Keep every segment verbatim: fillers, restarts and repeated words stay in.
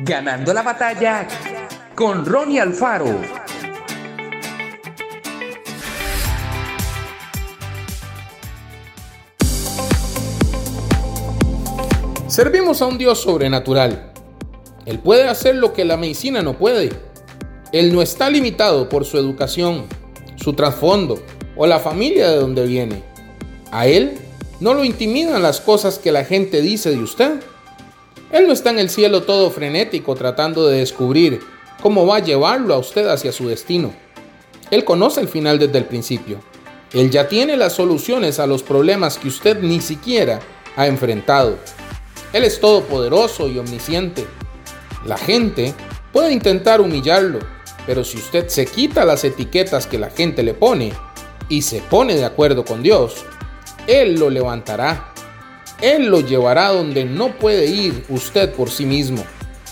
Ganando la batalla con Ronnie Alfaro. Servimos a un Dios sobrenatural. Él puede hacer lo que la medicina no puede. Él no está limitado por su educación, su trasfondo o la familia de donde viene. A Él no lo intimidan las cosas que la gente dice de usted. Él no está en el cielo todo frenético tratando de descubrir cómo va a llevarlo a usted hacia su destino. Él conoce el final desde el principio. Él ya tiene las soluciones a los problemas que usted ni siquiera ha enfrentado. Él es todopoderoso y omnisciente. La gente puede intentar humillarlo, pero si usted se quita las etiquetas que la gente le pone y se pone de acuerdo con Dios, Él lo levantará. Él lo llevará donde no puede ir usted por sí mismo.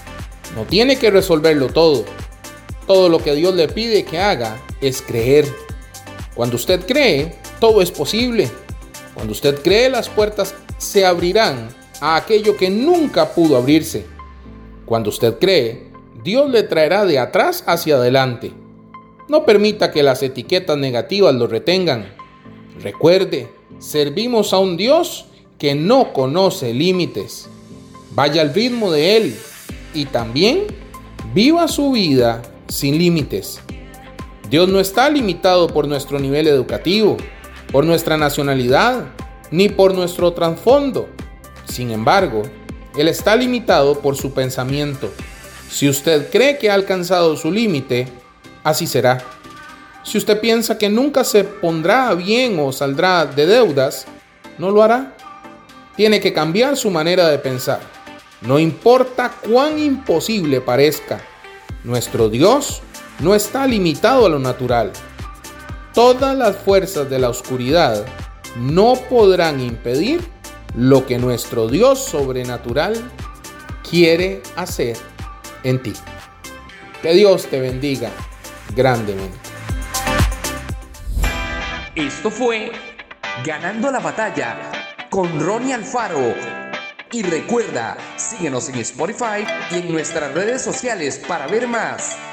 No tiene que resolverlo todo. Todo lo que Dios le pide que haga es creer. Cuando usted cree, todo es posible. Cuando usted cree, las puertas se abrirán a aquello que nunca pudo abrirse. Cuando usted cree, Dios le traerá de atrás hacia adelante. No permita que las etiquetas negativas lo retengan. Recuerde, servimos a un Dios que no conoce límites. Vaya al ritmo de Él y también viva su vida sin límites. Dios no está limitado por nuestro nivel educativo, por nuestra nacionalidad, ni por nuestro trasfondo. Sin embargo, Él está limitado por su pensamiento. Si usted cree que ha alcanzado su límite, así será. Si usted piensa que nunca se pondrá bien o saldrá de deudas, no lo hará. Tiene que cambiar su manera de pensar. No importa cuán imposible parezca, nuestro Dios no está limitado a lo natural. Todas las fuerzas de la oscuridad no podrán impedir lo que nuestro Dios sobrenatural quiere hacer en ti. Que Dios te bendiga grandemente. Esto fue Ganando la batalla con Ronnie Alfaro. Y recuerda, síguenos en Spotify y en nuestras redes sociales para ver más.